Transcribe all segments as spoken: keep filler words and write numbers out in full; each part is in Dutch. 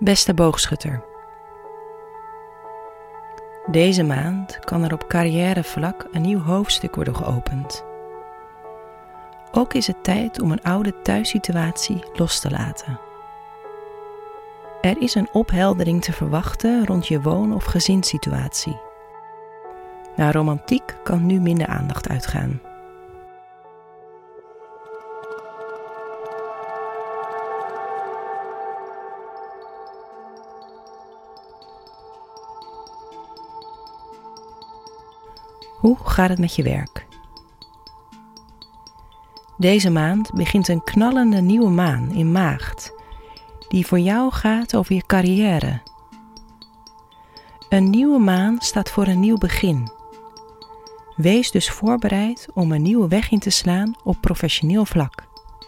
Beste boogschutter. Deze maand kan er op carrièrevlak een nieuw hoofdstuk worden geopend. Ook is het tijd om een oude thuissituatie los te laten. Er is een opheldering te verwachten rond je woon- of gezinssituatie. Naar romantiek kan nu minder aandacht uitgaan. Hoe gaat het met je werk? Deze maand begint een knallende nieuwe maan in Maagd, die voor jou gaat over je carrière. Een nieuwe maan staat voor een nieuw begin. Wees dus voorbereid om een nieuwe weg in te slaan op professioneel vlak.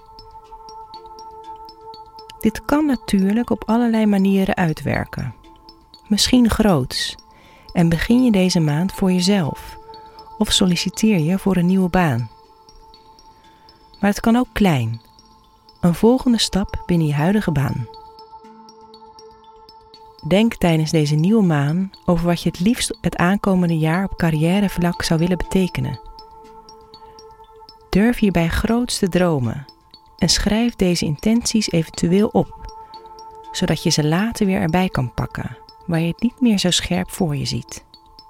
Dit kan natuurlijk op allerlei manieren uitwerken. Misschien groots, en begin je deze maand voor jezelf, of solliciteer je voor een nieuwe baan. Maar het kan ook klein, een volgende stap binnen je huidige baan. Denk tijdens deze nieuwe maan over wat je het liefst het aankomende jaar op carrièrevlak zou willen betekenen. Durf hierbij groots te dromen en schrijf deze intenties eventueel op, zodat je ze later weer erbij kan pakken, waar je het niet meer zo scherp voor je ziet.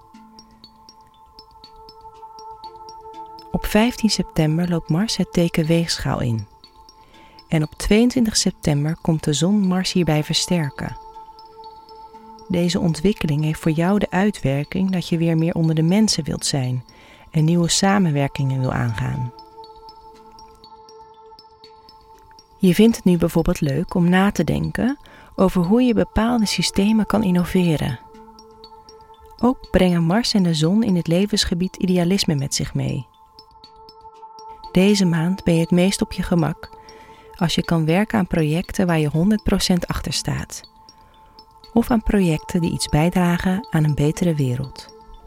Op vijftien september loopt Mars het teken Weegschaal in. En op tweeëntwintig september komt de zon Mars hierbij versterken. Deze ontwikkeling heeft voor jou de uitwerking dat je weer meer onder de mensen wilt zijn en nieuwe samenwerkingen wil aangaan. Je vindt het nu bijvoorbeeld leuk om na te denken over hoe je bepaalde systemen kan innoveren. Ook brengen Mars en de zon in het levensgebied idealisme met zich mee. Deze maand ben je het meest op je gemak als je kan werken aan projecten waar je honderd procent achter staat. Of aan projecten die iets bijdragen aan een betere wereld.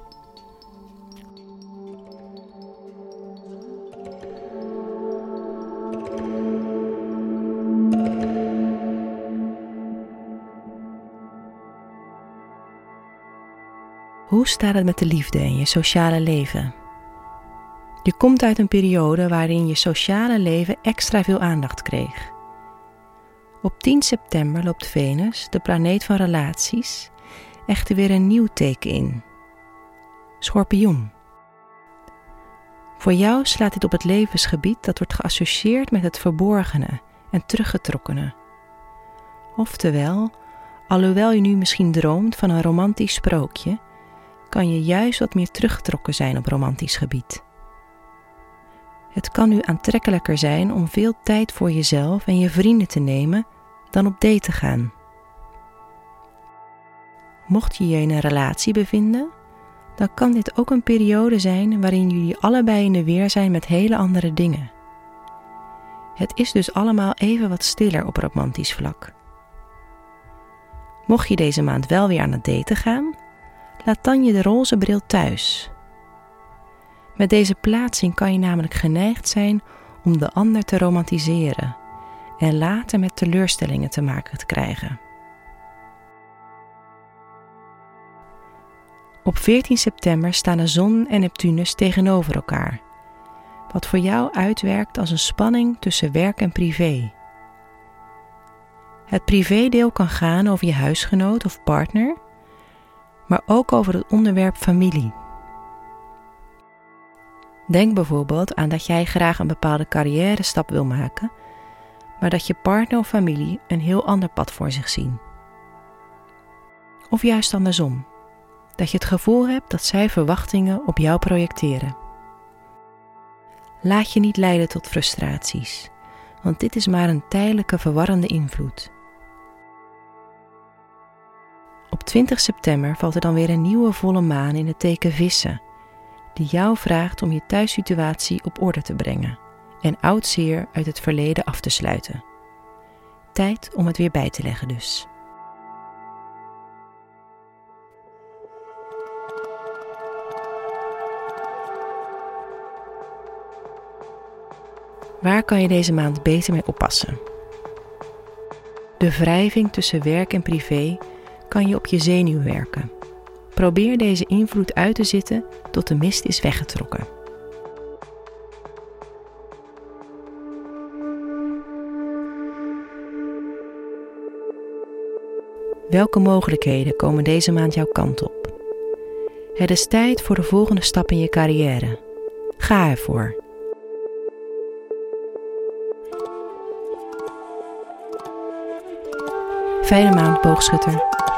Hoe staat het met de liefde en je sociale leven? Je komt uit een periode waarin je sociale leven extra veel aandacht kreeg. Op tien september loopt Venus, de planeet van relaties, echter weer een nieuw teken in. Schorpioen. Voor jou slaat dit op het levensgebied dat wordt geassocieerd met het verborgene en teruggetrokkene. Oftewel, alhoewel je nu misschien droomt van een romantisch sprookje, kan je juist wat meer teruggetrokken zijn op romantisch gebied. Het kan nu aantrekkelijker zijn om veel tijd voor jezelf en je vrienden te nemen dan op date te gaan. Mocht je je in een relatie bevinden, dan kan dit ook een periode zijn waarin jullie allebei in de weer zijn met hele andere dingen. Het is dus allemaal even wat stiller op romantisch vlak. Mocht je deze maand wel weer aan het daten gaan, laat dan je de roze bril thuis. Met deze plaatsing kan je namelijk geneigd zijn om de ander te romantiseren en later met teleurstellingen te maken te krijgen. Op veertien september staan de zon en Neptunus tegenover elkaar, wat voor jou uitwerkt als een spanning tussen werk en privé. Het privédeel kan gaan over je huisgenoot of partner, maar ook over het onderwerp familie. Denk bijvoorbeeld aan dat jij graag een bepaalde carrière stap wil maken, maar dat je partner of familie een heel ander pad voor zich zien. Of juist andersom, dat je het gevoel hebt dat zij verwachtingen op jou projecteren. Laat je niet leiden tot frustraties, want dit is maar een tijdelijke verwarrende invloed. Op twintig september valt er dan weer een nieuwe volle maan in het teken Vissen, die jou vraagt om je thuissituatie op orde te brengen en oud zeer uit het verleden af te sluiten. Tijd om het weer bij te leggen dus. Waar kan je deze maand beter mee oppassen? De wrijving tussen werk en privé kan je op je zenuw werken. Probeer deze invloed uit te zitten tot de mist is weggetrokken. Welke mogelijkheden komen deze maand jouw kant op? Het is tijd voor de volgende stap in je carrière. Ga ervoor. Fijne maand, boogschutter.